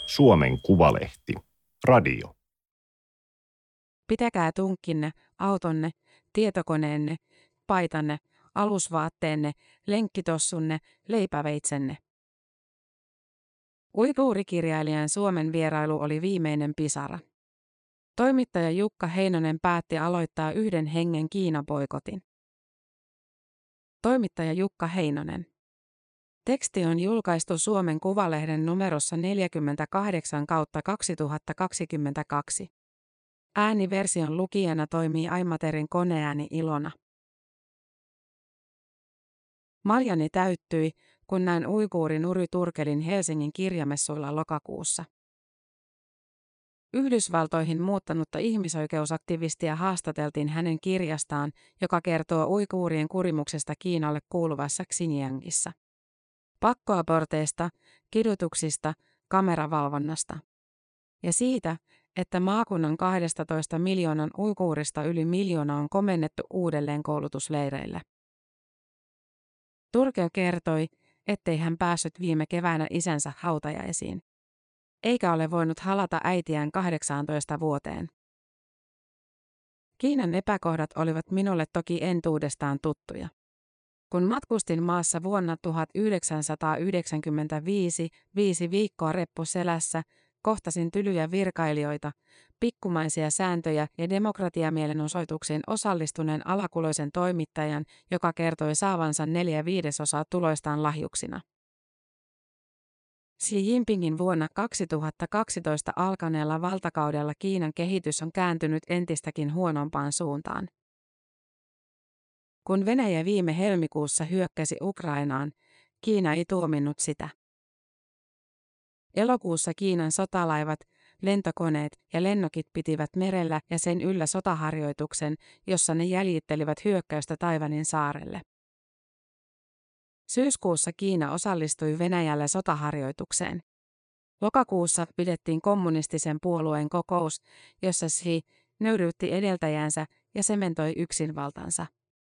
Suomen Kuvalehti. Radio. Pitäkää tunkkinne, autonne, tietokoneenne, paitanne, alusvaatteenne, lenkkitossunne, leipäveitsenne. Uiguurikirjailijan Suomen vierailu oli viimeinen pisara. Toimittaja Jukka Heinonen päätti aloittaa yhden hengen Kiina-boikotin. Toimittaja Jukka Heinonen. Teksti on julkaistu Suomen Kuvalehden numerossa 48/2022. Ääniversion lukijana toimii Aimaterin koneääni Ilona. Maljani täyttyi, kun näin uiguurin Uri Turkelin Helsingin kirjamessuilla lokakuussa. Yhdysvaltoihin muuttanutta ihmisoikeusaktivistia haastateltiin hänen kirjastaan, joka kertoo uiguurien kurimuksesta Kiinalle kuuluvassa Xinjiangissa. Pakkoaborteista, kidutuksista, kameravalvonnasta. Ja siitä, että maakunnan 12 miljoonan uiguurista yli 1 miljoona on komennettu uudelleen koulutusleireille. Turkel kertoi, ettei hän päässyt viime keväänä isänsä hautajaisiin. Eikä ole voinut halata äitiään 18 vuoteen. Kiinan epäkohdat olivat minulle toki entuudestaan tuttuja. Kun matkustin maassa vuonna 1995, 5 viikkoa reppu selässä, kohtasin tylyjä virkailijoita, pikkumaisia sääntöjä ja demokratiamielenosoituksiin osallistuneen alakuloisen toimittajan, joka kertoi saavansa 4/5 tuloistaan lahjuksina. Xi Jinpingin vuonna 2012 alkaneella valtakaudella Kiinan kehitys on kääntynyt entistäkin huonompaan suuntaan. Kun Venäjä viime helmikuussa hyökkäsi Ukrainaan, Kiina ei tuominnut sitä. Elokuussa Kiinan sotalaivat, lentokoneet ja lennokit pitivät merellä ja sen yllä sotaharjoituksen, jossa ne jäljittelivät hyökkäystä Taiwanin saarelle. Syyskuussa Kiina osallistui Venäjällä sotaharjoitukseen. Lokakuussa pidettiin kommunistisen puolueen kokous, jossa Xi nöyryytti edeltäjänsä ja sementoi yksinvaltansa.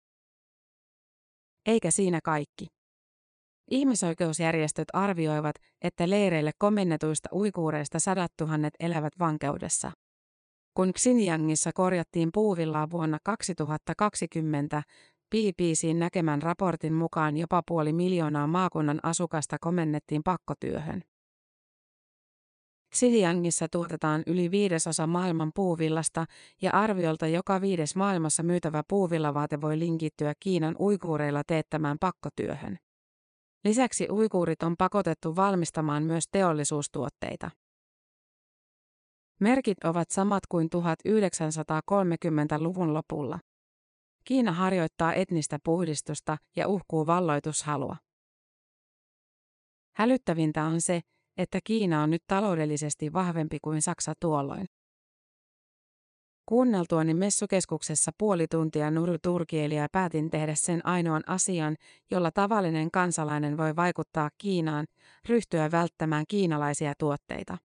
Eikä siinä kaikki. Ihmisoikeusjärjestöt arvioivat, että leireille komennetuista uiguureista 100 000 elävät vankeudessa. Kun Xinjiangissa korjattiin puuvillaa vuonna 2020, BBC:n näkemän raportin mukaan jopa 500 000 maakunnan asukasta komennettiin pakkotyöhön. Xinjiangissa tuotetaan yli 1/5 maailman puuvillasta ja arviolta joka 5. maailmassa myytävä puuvillavaate voi linkittyä Kiinan uiguureilla teettämään pakkotyöhön. Lisäksi uiguurit on pakotettu valmistamaan myös teollisuustuotteita. Merkit ovat samat kuin 1930-luvun lopulla. Kiina harjoittaa etnistä puhdistusta ja uhkuu valloitushalua. Hälyttävintä on se, että Kiina on nyt taloudellisesti vahvempi kuin Saksa tuolloin. Kuunneltuani messukeskuksessa puoli tuntia Uri Turkielia päätin tehdä sen ainoan asian, jolla tavallinen kansalainen voi vaikuttaa Kiinaan, ryhtyä välttämään kiinalaisia tuotteita.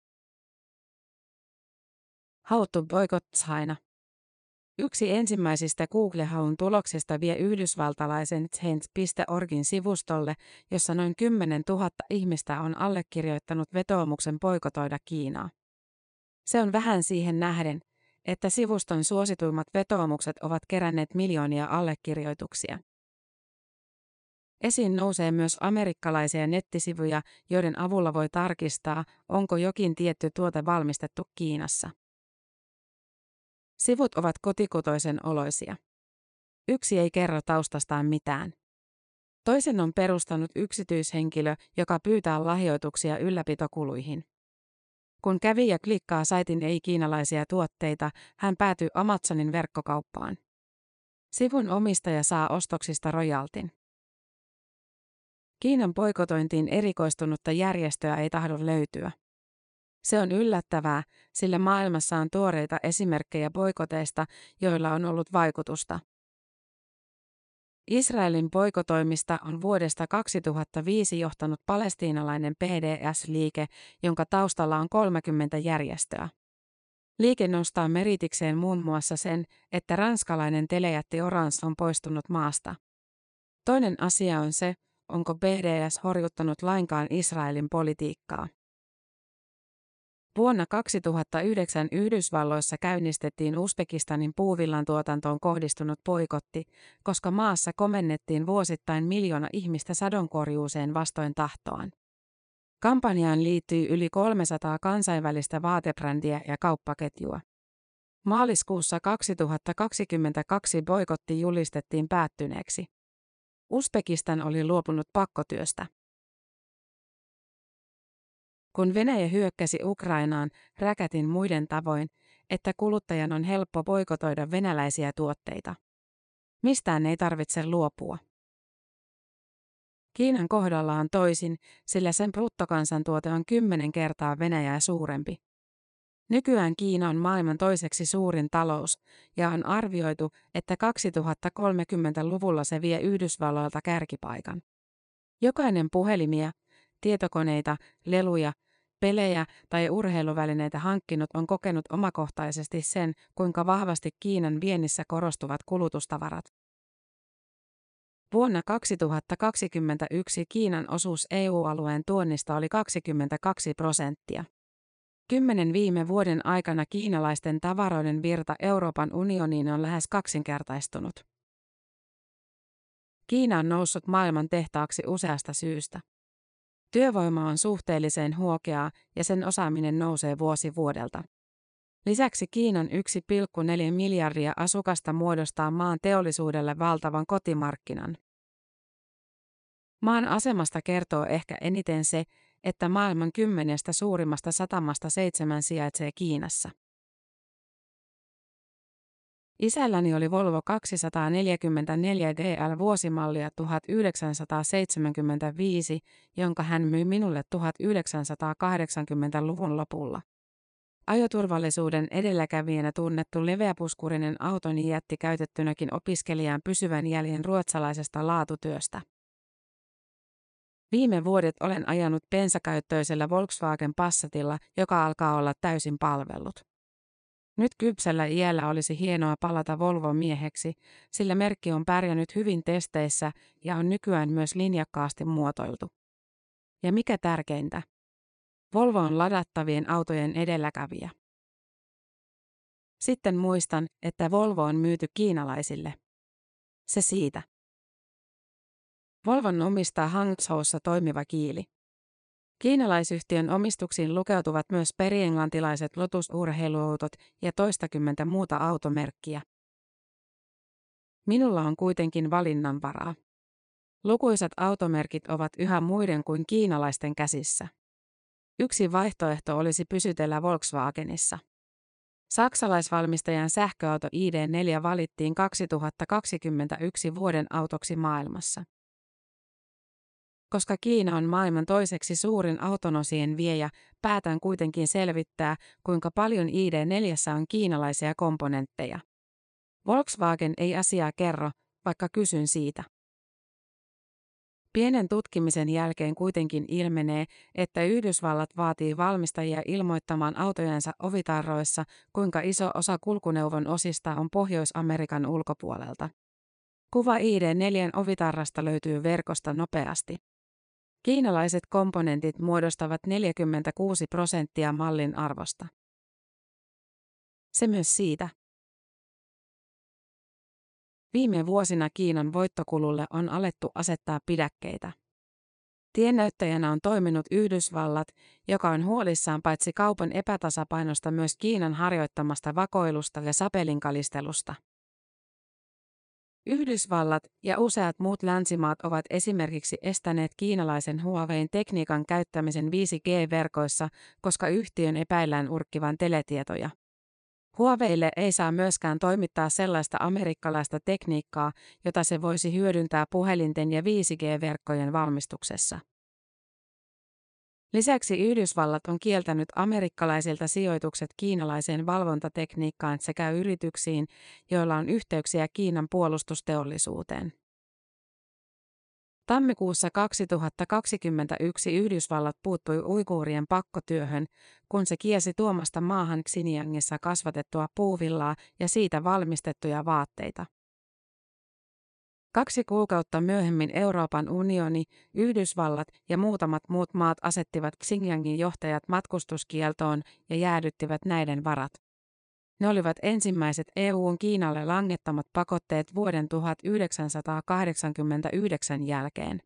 How to boycott China. Yksi ensimmäisistä Google-haun tuloksista vie yhdysvaltalaisen Change.orgin sivustolle, jossa noin 10 000 ihmistä on allekirjoittanut vetoomuksen boikotoida Kiinaa. Se on vähän siihen nähden, että sivuston suosituimmat vetoomukset ovat keränneet miljoonia allekirjoituksia. Esiin nousee myös amerikkalaisia nettisivuja, joiden avulla voi tarkistaa, onko jokin tietty tuote valmistettu Kiinassa. Sivut ovat kotikutoisen oloisia. Yksi ei kerro taustastaan mitään. Toisen on perustanut yksityishenkilö, joka pyytää lahjoituksia ylläpitokuluihin. Kun kävijä klikkaa saitin ei-kiinalaisia tuotteita, hän päätyy Amazonin verkkokauppaan. Sivun omistaja saa ostoksista rojaltin. Kiinan boikotointiin erikoistunutta järjestöä ei tahdo löytyä. Se on yllättävää, sillä maailmassa on tuoreita esimerkkejä boikoteista, joilla on ollut vaikutusta. Israelin boikotoimista on vuodesta 2005 johtanut palestiinalainen PDS-liike, jonka taustalla on 30 järjestöä. Liike nostaa meritikseen muun muassa sen, että ranskalainen telejätti Orange on poistunut maasta. Toinen asia on se, onko PDS horjuttanut lainkaan Israelin politiikkaa. Vuonna 2009 Yhdysvalloissa käynnistettiin Uzbekistanin puuvillan tuotantoon kohdistunut boikotti, koska maassa komennettiin vuosittain 1 miljoona ihmistä sadonkorjuuseen vastoin tahtoaan. Kampanjaan liittyy yli 300 kansainvälistä vaatebrändiä ja kauppaketjua. Maaliskuussa 2022 boikotti julistettiin päättyneeksi. Uzbekistan oli luopunut pakkotyöstä. Kun Venäjä hyökkäsi Ukrainaan, räkätin muiden tavoin, että kuluttajan on helppo boikotoida venäläisiä tuotteita. Mistään ei tarvitse luopua. Kiinan kohdalla on toisin, sillä sen bruttokansantuote on 10 kertaa Venäjää suurempi. Nykyään Kiina on maailman toiseksi suurin talous, ja on arvioitu, että 2030-luvulla se vie Yhdysvalloilta kärkipaikan. Jokainen puhelimia, tietokoneita, leluja, pelejä tai urheiluvälineitä hankkinut on kokenut omakohtaisesti sen, kuinka vahvasti Kiinan viennissä korostuvat kulutustavarat. Vuonna 2021 Kiinan osuus EU-alueen tuonnista oli 22%. 10 viime vuoden aikana kiinalaisten tavaroiden virta Euroopan unioniin on lähes kaksinkertaistunut. Kiina on noussut maailman tehtaaksi useasta syystä. Työvoima on suhteellisen huokeaa ja sen osaaminen nousee vuosi vuodelta. Lisäksi Kiinan 1,4 miljardia asukasta muodostaa maan teollisuudelle valtavan kotimarkkinan. Maan asemasta kertoo ehkä eniten se, että maailman 10 suurimmasta satamasta 7 sijaitsee Kiinassa. Isälläni oli Volvo 244 DL vuosimallia 1975, jonka hän myi minulle 1980-luvun lopulla. Ajoturvallisuuden edelläkävijänä tunnettu leveäpuskurinen autoni jätti käytettynäkin opiskelijaan pysyvän jäljen ruotsalaisesta laatutyöstä. Viime vuodet olen ajanut bensakäyttöisellä Volkswagen Passatilla, joka alkaa olla täysin palvellut. Nyt kypsällä iällä olisi hienoa palata Volvon mieheksi, sillä merkki on pärjännyt hyvin testeissä ja on nykyään myös linjakkaasti muotoiltu. Ja mikä tärkeintä? Volvo on ladattavien autojen edelläkävijä. Sitten muistan, että Volvo on myyty kiinalaisille. Se siitä. Volvon omistaa Hangzhoussa toimiva Geely. Kiinalaisyhtiön omistuksiin lukeutuvat myös perienglantilaiset Lotus-urheiluautot ja toistakymmentä muuta automerkkiä. Minulla on kuitenkin valinnanvaraa. Lukuisat automerkit ovat yhä muiden kuin kiinalaisten käsissä. Yksi vaihtoehto olisi pysytellä Volkswagenissa. Saksalaisvalmistajan sähköauto ID.4 valittiin 2021 vuoden autoksi maailmassa. Koska Kiina on maailman toiseksi suurin autonosien viejä, päätän kuitenkin selvittää, kuinka paljon ID.4 on kiinalaisia komponentteja. Volkswagen ei asiaa kerro, vaikka kysyn siitä. Pienen tutkimisen jälkeen kuitenkin ilmenee, että Yhdysvallat vaatii valmistajia ilmoittamaan autojensa ovitarroissa, kuinka iso osa kulkuneuvon osista on Pohjois-Amerikan ulkopuolelta. Kuva ID.4 ovitarrasta löytyy verkosta nopeasti. Kiinalaiset komponentit muodostavat 46% mallin arvosta. Se myös siitä. Viime vuosina Kiinan voittokululle on alettu asettaa pidäkkeitä. Tiennäyttäjänä on toiminut Yhdysvallat, joka on huolissaan paitsi kaupan epätasapainosta myös Kiinan harjoittamasta vakoilusta ja sapelinkalistelusta. Yhdysvallat ja useat muut länsimaat ovat esimerkiksi estäneet kiinalaisen Huawein tekniikan käyttämisen 5G-verkoissa, koska yhtiön epäillään urkkivan teletietoja. Huaweille ei saa myöskään toimittaa sellaista amerikkalaista tekniikkaa, jota se voisi hyödyntää puhelinten ja 5G-verkkojen valmistuksessa. Lisäksi Yhdysvallat on kieltänyt amerikkalaisilta sijoitukset kiinalaiseen valvontatekniikkaan sekä yrityksiin, joilla on yhteyksiä Kiinan puolustusteollisuuteen. Tammikuussa 2021 Yhdysvallat puuttui uiguurien pakkotyöhön, kun se kielsi tuomasta maahan Xinjiangissa kasvatettua puuvillaa ja siitä valmistettuja vaatteita. 2 kuukautta myöhemmin Euroopan unioni, Yhdysvallat ja muutamat muut maat asettivat Xinjiangin johtajat matkustuskieltoon ja jäädyttivät näiden varat. Ne olivat ensimmäiset EU:n Kiinalle langettamat pakotteet vuoden 1989 jälkeen.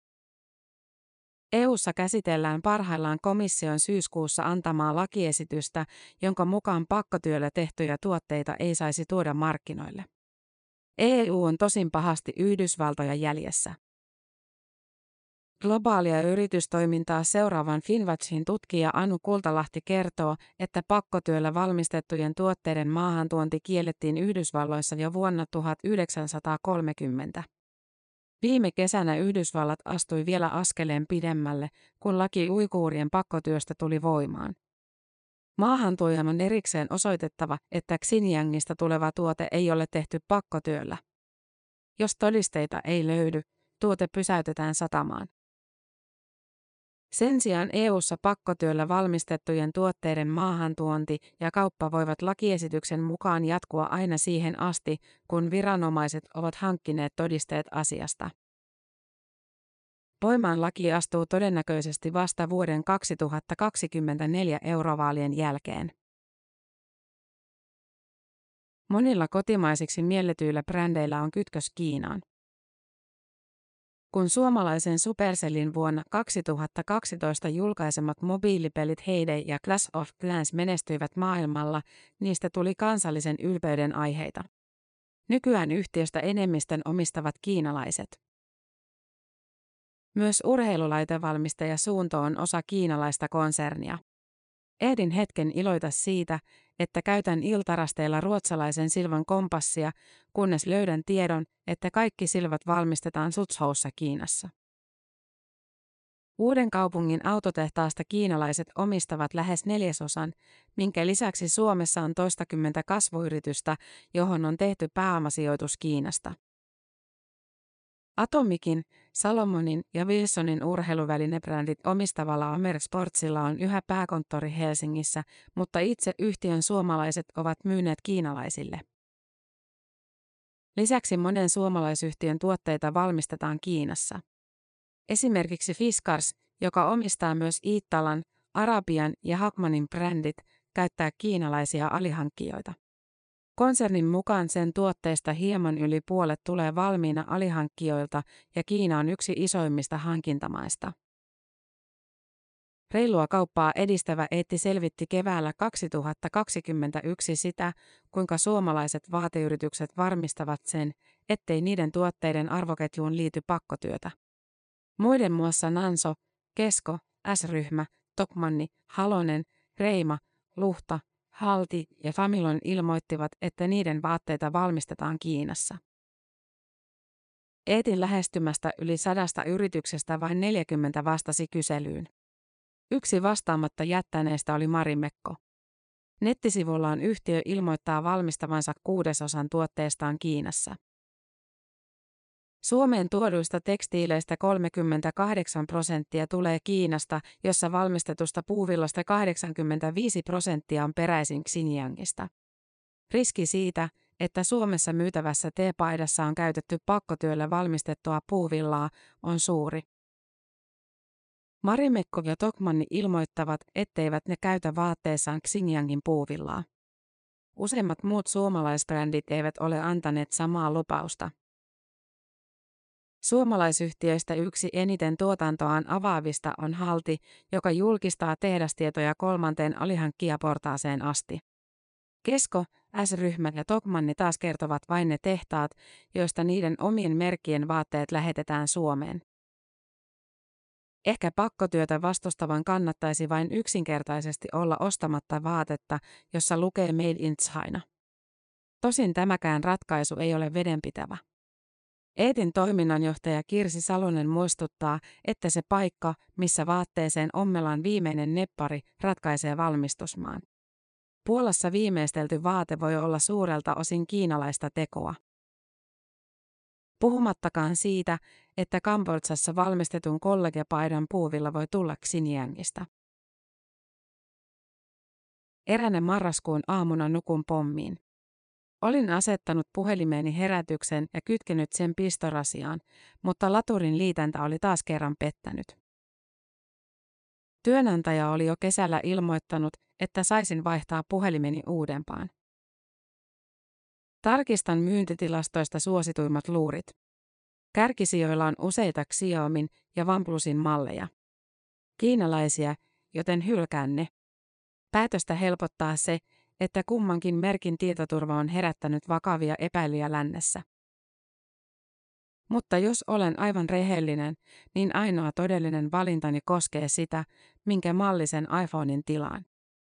EU:ssa käsitellään parhaillaan komission syyskuussa antamaa lakiesitystä, jonka mukaan pakkotyöllä tehtyjä tuotteita ei saisi tuoda markkinoille. EU on tosin pahasti Yhdysvaltoja jäljessä. Globaalia yritystoimintaa seuraavan Finnwatchin tutkija Anu Kultalahti kertoo, että pakkotyöllä valmistettujen tuotteiden maahantuonti kiellettiin Yhdysvalloissa jo vuonna 1930. Viime kesänä Yhdysvallat astui vielä askeleen pidemmälle, kun laki uiguurien pakkotyöstä tuli voimaan. Maahantuojan on erikseen osoitettava, että Xinjiangista tuleva tuote ei ole tehty pakkotyöllä. Jos todisteita ei löydy, tuote pysäytetään satamaan. Sen sijaan EU:ssa pakkotyöllä valmistettujen tuotteiden maahantuonti ja kauppa voivat lakiesityksen mukaan jatkua aina siihen asti, kun viranomaiset ovat hankkineet todisteet asiasta. Voimaan laki astuu todennäköisesti vasta vuoden 2024 eurovaalien jälkeen. Monilla kotimaisiksi mielletyillä brändeillä on kytkös Kiinaan. Kun suomalaisen Supercellin vuonna 2012 julkaisemat mobiilipelit Heyday ja Clash of Clans menestyivät maailmalla, niistä tuli kansallisen ylpeyden aiheita. Nykyään yhtiöstä enemmistön omistavat kiinalaiset. Myös urheilulaitevalmistaja Suunto on osa kiinalaista konsernia. Ehdin hetken iloita siitä, että käytän iltarasteilla ruotsalaisen Silvan kompassia, kunnes löydän tiedon, että kaikki silvat valmistetaan Suzhoussa Kiinassa. Uudenkaupungin autotehtaasta kiinalaiset omistavat lähes 1/4, minkä lisäksi Suomessa on toistakymmentä kasvuyritystä, johon on tehty pääomasijoitus Kiinasta. Atomikin, Salomonin ja Wilsonin urheiluvälinebrändit omistavalla Amer Sportsilla on yhä pääkonttori Helsingissä, mutta itse yhtiön suomalaiset ovat myyneet kiinalaisille. Lisäksi monen suomalaisyhtiön tuotteita valmistetaan Kiinassa. Esimerkiksi Fiskars, joka omistaa myös Iittalan, Arabian ja Hakmanin brändit, käyttää kiinalaisia alihankkijoita. Konsernin mukaan sen tuotteista hieman yli puolet tulee valmiina alihankkijoilta ja Kiina on yksi isoimmista hankintamaista. Reilua kauppaa edistävä Eetti selvitti keväällä 2021 sitä, kuinka suomalaiset vaateyritykset varmistavat sen, ettei niiden tuotteiden arvoketjuun liity pakkotyötä. Muiden muassa Nanso, Kesko, S-ryhmä, Tokmanni, Halonen, Reima, Luhta, Halti ja Familon ilmoittivat, että niiden vaatteita valmistetaan Kiinassa. Eetin lähestymästä yli 100 yrityksestä vain 40 vastasi kyselyyn. Yksi vastaamatta jättäneestä oli Marimekko. Nettisivullaan yhtiö ilmoittaa valmistavansa 1/6 tuotteestaan Kiinassa. Suomeen tuoduista tekstiileistä 38% tulee Kiinasta, jossa valmistetusta puuvillasta 85% on peräisin Xinjiangista. Riski siitä, että Suomessa myytävässä teepaidassa on käytetty pakkotyöllä valmistettua puuvillaa, on suuri. Marimekko ja Tokmanni ilmoittavat, etteivät ne käytä vaatteissaan Xinjiangin puuvillaa. Useimmat muut suomalaisbrändit eivät ole antaneet samaa lupausta. Suomalaisyhtiöistä yksi eniten tuotantoaan avaavista on Halti, joka julkistaa tehdastietoja 3. alihankkijaportaaseen asti. Kesko, S-ryhmä ja Tokmanni taas kertovat vain ne tehtaat, joista niiden omien merkkien vaatteet lähetetään Suomeen. Ehkä pakkotyötä vastustavan kannattaisi vain yksinkertaisesti olla ostamatta vaatetta, jossa lukee Made in China. Tosin tämäkään ratkaisu ei ole vedenpitävä. Eetin toiminnanjohtaja Kirsi Salonen muistuttaa, että se paikka, missä vaatteeseen ommellaan viimeinen neppari, ratkaisee valmistusmaan. Puolassa viimeistelty vaate voi olla suurelta osin kiinalaista tekoa. Puhumattakaan siitä, että Kambodsassa valmistetun kollegepaidan puuvilla voi tulla Xinjiangista. Eräänä marraskuun aamuna nukun pommiin. Olin asettanut puhelimeeni herätyksen ja kytkenyt sen pistorasiaan, mutta laturin liitäntä oli taas kerran pettänyt. Työnantaja oli jo kesällä ilmoittanut, että saisin vaihtaa puhelimeni uudempaan. Tarkistan myyntitilastoista suosituimmat luurit. Kärkisijoilla on useita Xiaomin ja OnePlusin malleja. Kiinalaisia, joten hylkään ne. Päätöstä helpottaa se, että kummankin merkin tietoturva on herättänyt vakavia epäilyjä lännessä. Mutta jos olen aivan rehellinen, niin ainoa todellinen valintani koskee sitä, minkä mallisen iPhonein tilaan.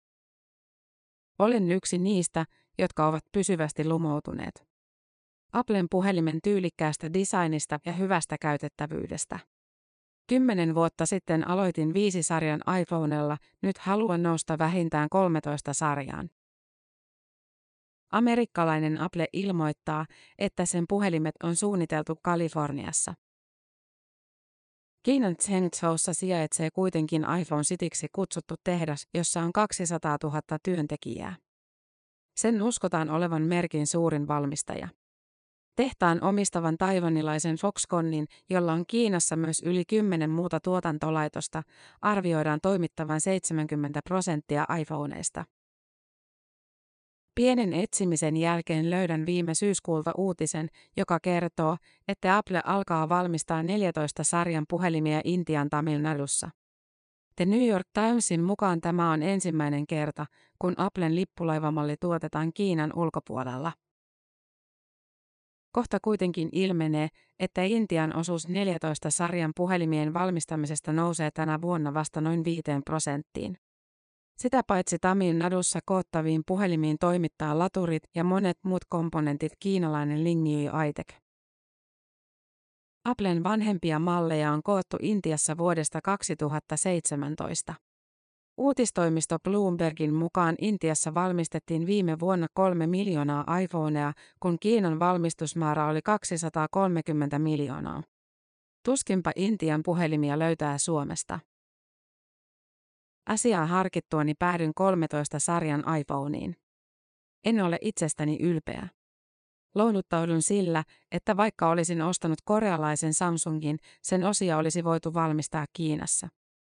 Olen yksi niistä, jotka ovat pysyvästi lumoutuneet Applen puhelimen tyylikkäästä designista ja hyvästä käytettävyydestä. 10 vuotta sitten aloitin 5-sarjan iPhonella, nyt haluan nousta vähintään 13 sarjaan. Amerikkalainen Apple ilmoittaa, että sen puhelimet on suunniteltu Kaliforniassa. Kiinan Zhengzhoussa sijaitsee kuitenkin iPhone Cityksi kutsuttu tehdas, jossa on 200 000 työntekijää. Sen uskotaan olevan merkin suurin valmistaja. Tehtaan omistavan taiwanilaisen Foxconnin, jolla on Kiinassa myös yli 10 muuta tuotantolaitosta, arvioidaan toimittavan 70% iPhoneista. Pienen etsimisen jälkeen löydän viime syyskuulta uutisen, joka kertoo, että Apple alkaa valmistaa 14 sarjan puhelimia Intian Tamil Nadussa. The New York Timesin mukaan tämä on ensimmäinen kerta, kun Applen lippulaivamalli tuotetaan Kiinan ulkopuolella. Kohta kuitenkin ilmenee, että Intian osuus 14 sarjan puhelimien valmistamisesta nousee tänä vuonna vasta noin 5%. Sitä paitsi Tamil Nadussa koottaviin puhelimiin toimittaa laturit ja monet muut komponentit kiinalainen Lingyue High-Tech. Applen vanhempia malleja on koottu Intiassa vuodesta 2017. Uutistoimisto Bloombergin mukaan Intiassa valmistettiin viime vuonna 3 miljoonaa iPhonea, kun Kiinan valmistusmäärä oli 230 miljoonaa. Tuskinpa Intian puhelimia löytää Suomesta. Asiaa harkittuani päädyin 13 sarjan iPhoneiin. En ole itsestäni ylpeä. Louduttaudun sillä, että vaikka olisin ostanut korealaisen Samsungin, sen osia olisi voitu valmistaa Kiinassa.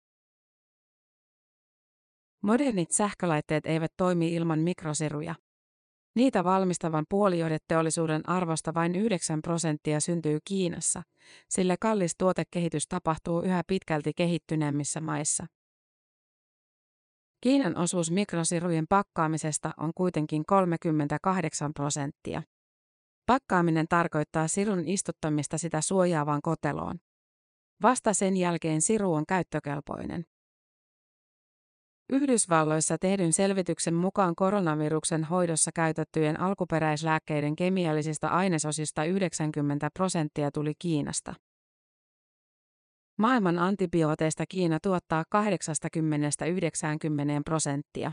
Modernit sähkölaitteet eivät toimi ilman mikrosiruja. Niitä valmistavan puolijohdeteollisuuden arvosta vain 9% syntyy Kiinassa, sillä kallis tuotekehitys tapahtuu yhä pitkälti kehittyneemmissä maissa. Kiinan osuus mikrosirujen pakkaamisesta on kuitenkin 38%. Pakkaaminen tarkoittaa sirun istuttamista sitä suojaavaan koteloon. Vasta sen jälkeen siru on käyttökelpoinen. Yhdysvalloissa tehdyn selvityksen mukaan koronaviruksen hoidossa käytettyjen alkuperäislääkkeiden kemiallisista ainesosista 90% tuli Kiinasta. Maailman antibiooteista Kiina tuottaa 80–90%.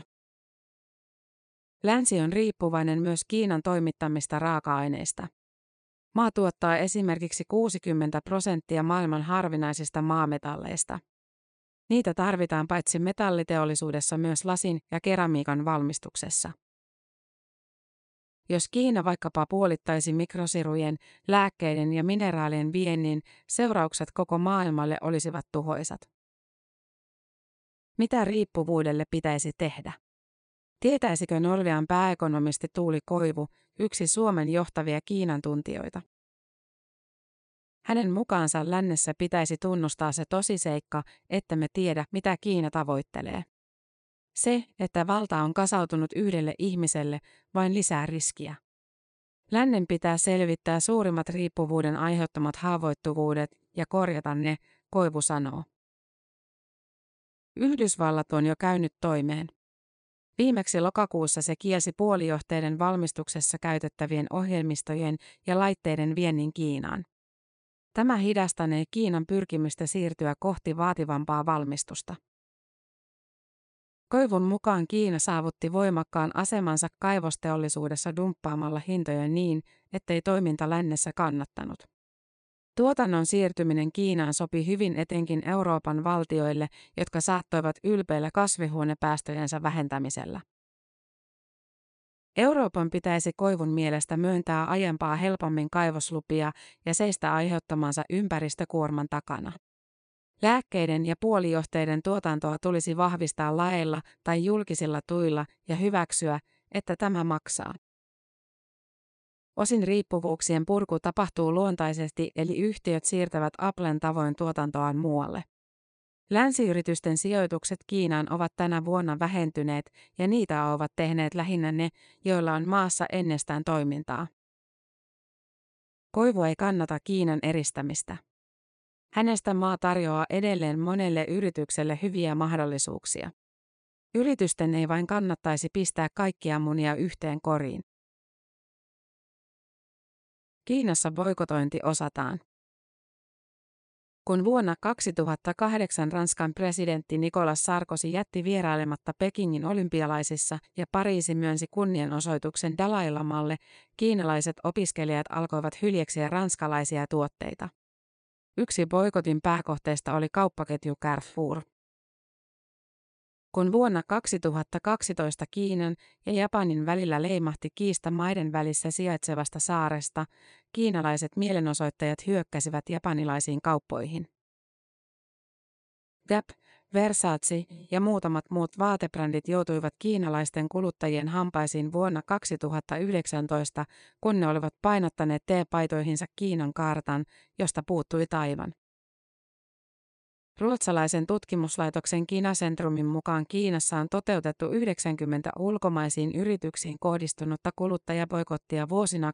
Länsi on riippuvainen myös Kiinan toimittamista raaka-aineista. Maa tuottaa esimerkiksi 60% maailman harvinaisista maametalleista. Niitä tarvitaan paitsi metalliteollisuudessa myös lasin ja keramiikan valmistuksessa. Jos Kiina vaikkapa puolittaisi mikrosirujen, lääkkeiden ja mineraalien viennin, seuraukset koko maailmalle olisivat tuhoisat. Mitä riippuvuudelle pitäisi tehdä? Tietäisikö Nordean pääekonomisti Tuuli Koivu, yksi Suomen johtavia Kiinan tuntijoita? Hänen mukaansa lännessä pitäisi tunnustaa se tosiseikka, että me tiedä, mitä Kiina tavoittelee. Se, että valta on kasautunut yhdelle ihmiselle, vain lisää riskiä. Lännen pitää selvittää suurimmat riippuvuuden aiheuttamat haavoittuvuudet ja korjata ne, Koivu sanoo. Yhdysvallat on jo käynyt toimeen. Viimeksi lokakuussa se kielsi puolijohteiden valmistuksessa käytettävien ohjelmistojen ja laitteiden viennin Kiinaan. Tämä hidastanee Kiinan pyrkimystä siirtyä kohti vaativampaa valmistusta. Koivun mukaan Kiina saavutti voimakkaan asemansa kaivosteollisuudessa dumppaamalla hintoja niin, ettei toiminta lännessä kannattanut. Tuotannon siirtyminen Kiinaan sopi hyvin etenkin Euroopan valtioille, jotka saattoivat ylpeillä kasvihuonepäästöjensä vähentämisellä. Euroopan pitäisi Koivun mielestä myöntää aiempaa helpommin kaivoslupia ja seistä aiheuttamansa ympäristökuorman takana. Lääkkeiden ja puolijohteiden tuotantoa tulisi vahvistaa laeilla tai julkisilla tuilla ja hyväksyä, että tämä maksaa. Osin riippuvuuksien purku tapahtuu luontaisesti, eli yhtiöt siirtävät Applen tavoin tuotantoaan muualle. Länsiyritysten sijoitukset Kiinaan ovat tänä vuonna vähentyneet, ja niitä ovat tehneet lähinnä ne, joilla on maassa ennestään toimintaa. Koivu ei kannata Kiinan eristämistä. Hänestä maa tarjoaa edelleen monelle yritykselle hyviä mahdollisuuksia. Yritysten ei vain kannattaisi pistää kaikkia munia yhteen koriin. Kiinassa boikotointi osataan. Kun vuonna 2008 Ranskan presidentti Nicolas Sarkozy jätti vierailematta Pekingin olympialaisissa ja Pariisi myönsi kunnianosoituksen Dalai Lamalle, kiinalaiset opiskelijat alkoivat hyljeksiä ranskalaisia tuotteita. Yksi boikotin pääkohteista oli kauppaketju Carrefour. Kun vuonna 2012 Kiinan ja Japanin välillä leimahti kiista maiden välissä sijaitsevasta saaresta, kiinalaiset mielenosoittajat hyökkäsivät japanilaisiin kauppoihin. Gap, Versace ja muutamat muut vaatebrändit joutuivat kiinalaisten kuluttajien hampaisiin vuonna 2019, kun ne olivat painottaneet teepaitoihinsa Kiinan kaartan, josta puuttui Taiwan. Ruotsalaisen tutkimuslaitoksen Kinacentrumin mukaan Kiinassa on toteutettu 90 ulkomaisiin yrityksiin kohdistunutta kuluttajaboikottia vuosina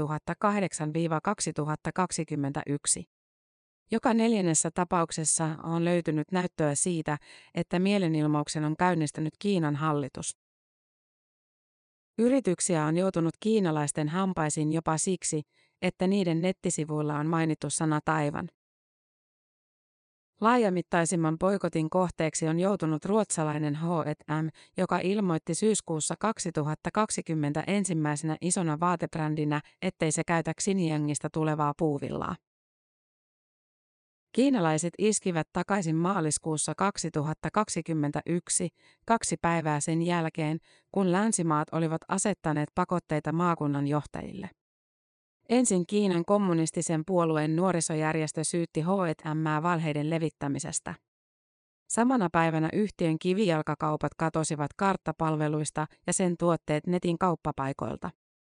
2008–2021. Joka neljännessä tapauksessa on löytynyt näyttöä siitä, että mielenilmauksen on käynnistänyt Kiinan hallitus. Yrityksiä on joutunut kiinalaisten hampaisiin jopa siksi, että niiden nettisivuilla on mainittu sana Taiwan. Laajamittaisimman boikotin kohteeksi on joutunut ruotsalainen H&M, joka ilmoitti syyskuussa 2020 ensimmäisenä isona vaatebrändinä, ettei se käytä Xinjiangista tulevaa puuvillaa. Kiinalaiset iskivät takaisin maaliskuussa 2021, 2 päivää sen jälkeen, kun länsimaat olivat asettaneet pakotteita maakunnan johtajille. Ensin Kiinan kommunistisen puolueen nuorisojärjestö syytti H&M:ää valheiden levittämisestä. Samana päivänä yhtiön kivijalkakaupat katosivat karttapalveluista ja sen tuotteet netin kauppapaikoilta.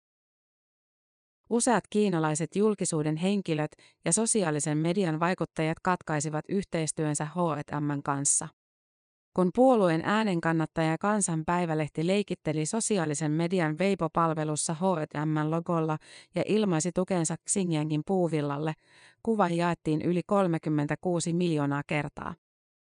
Useat kiinalaiset julkisuuden henkilöt ja sosiaalisen median vaikuttajat katkaisivat yhteistyönsä H&M:n kanssa. Kun puolueen äänenkannattaja Kansan Päivälehti leikitteli sosiaalisen median Weibo-palvelussa H&M:n logolla ja ilmaisi tukensa Xinjiangin puuvillalle, kuva jaettiin yli 36 miljoonaa kertaa.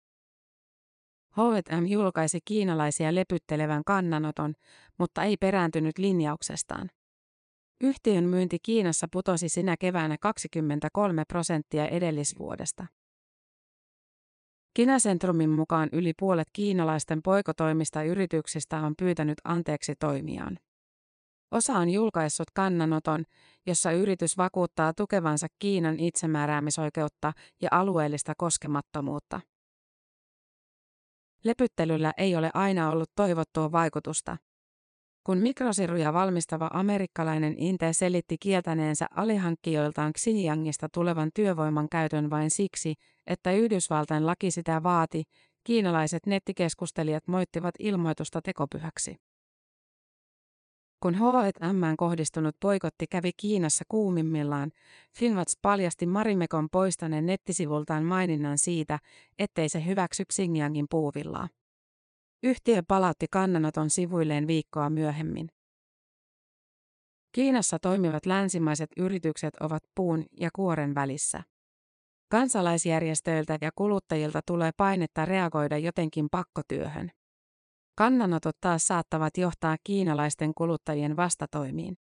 H&M julkaisi kiinalaisia lepyttelevän kannanoton, mutta ei perääntynyt linjauksestaan. Yhtiön myynti Kiinassa putosi sinä keväänä 23% edellisvuodesta. Kinacentrumin mukaan yli puolet kiinalaisten boikotoimista yrityksistä on pyytänyt anteeksi toimiaan. Osa on julkaissut kannanoton, jossa yritys vakuuttaa tukevansa Kiinan itsemääräämisoikeutta ja alueellista koskemattomuutta. Lepyttelyllä ei ole aina ollut toivottua vaikutusta. Kun mikrosiruja valmistava amerikkalainen Inte selitti kieltäneensä alihankkijoiltaan Xinjiangista tulevan työvoiman käytön vain siksi, että Yhdysvaltain laki sitä vaati, kiinalaiset nettikeskustelijat moittivat ilmoitusta tekopyhäksi. Kun H&M:ään kohdistunut boikotti kävi Kiinassa kuumimmillaan, Finnwatch paljasti Marimekon poistaneen nettisivultaan maininnan siitä, ettei se hyväksy Xinjiangin puuvillaa. Yhtiö palautti kannanoton sivuilleen viikkoa myöhemmin. Kiinassa toimivat länsimaiset yritykset ovat puun ja kuoren välissä. Kansalaisjärjestöiltä ja kuluttajilta tulee painetta reagoida jotenkin pakkotyöhön. Kannanotot taas saattavat johtaa kiinalaisten kuluttajien vastatoimiin.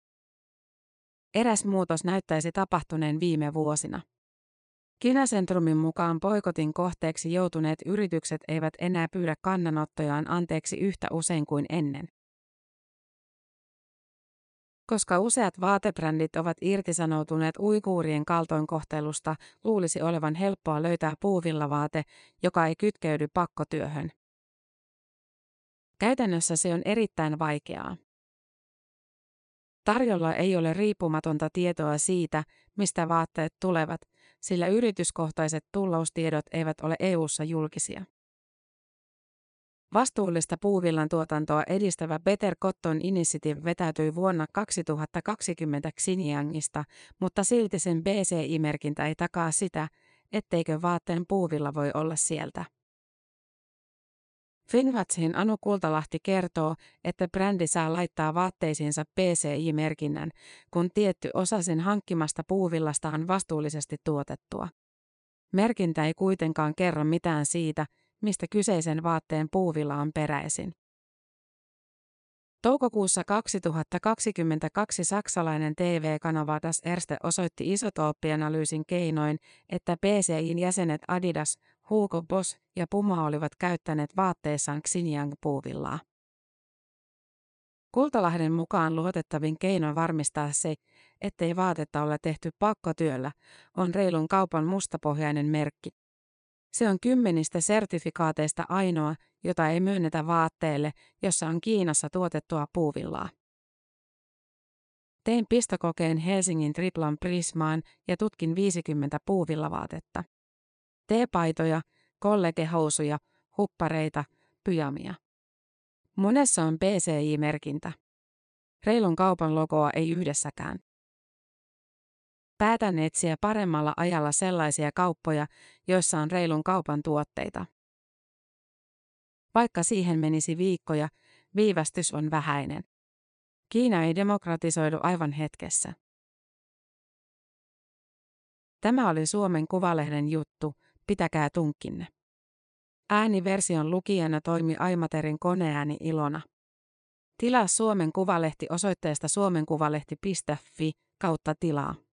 Eräs muutos näyttäisi tapahtuneen viime vuosina. Kinacentrumin mukaan boikotin kohteeksi joutuneet yritykset eivät enää pyydä kannanottojaan anteeksi yhtä usein kuin ennen. Koska useat vaatebrändit ovat irtisanoutuneet uiguurien kaltoinkohtelusta, luulisi olevan helppoa löytää puuvillavaate, joka ei kytkeydy pakkotyöhön. Käytännössä se on erittäin vaikeaa. Tarjolla ei ole riippumatonta tietoa siitä, mistä vaatteet tulevat, sillä yrityskohtaiset tullaustiedot eivät ole EU:ssa julkisia. Vastuullista puuvillan tuotantoa edistävä Better Cotton Initiative vetäytyi vuonna 2020 Xinjiangista, mutta silti sen BCI-merkintä ei takaa sitä, etteikö vaatteen puuvilla voi olla sieltä. Finnwatchin Anu Kultalahti kertoo, että brändi saa laittaa vaatteisiinsa BCI-merkinnän, kun tietty osa sen hankkimasta puuvillasta on vastuullisesti tuotettua. Merkintä ei kuitenkaan kerro mitään siitä, mistä kyseisen vaatteen puuvilla on peräisin. Toukokuussa 2022 saksalainen TV-kanava Das Erste osoitti isotooppianalyysin keinoin, että BCI:n jäsenet Adidas, Hugo Boss ja Puma olivat käyttäneet vaatteissaan Xinjiang-puuvillaa. Kultalahden mukaan luotettavin keino varmistaa se, ettei vaatetta ole tehty pakkotyöllä, on reilun kaupan mustapohjainen merkki. Se on 10 sertifikaateista ainoa, jota ei myönnetä vaatteelle, jossa on Kiinassa tuotettua puuvillaa. Tein pistokokeen Helsingin Triplan Prismaan ja tutkin 50 puuvillavaatetta. T-paitoja, kollegehousuja, huppareita, pyjamia. Monessa on BCI-merkintä. Reilun kaupan logoa ei yhdessäkään. Päätän etsiä paremmalla ajalla sellaisia kauppoja, joissa on reilun kaupan tuotteita. Vaikka siihen menisi viikkoja, viivästys on vähäinen. Kiina ei demokratisoidu aivan hetkessä. Tämä oli Suomen Kuvalehden juttu, pitäkää tunkkinne. Ääniversion lukijana toimi Aimaterin koneääni Ilona. Tilaa Suomen Kuvalehti osoitteesta suomenkuvalehti.fi/tilaa.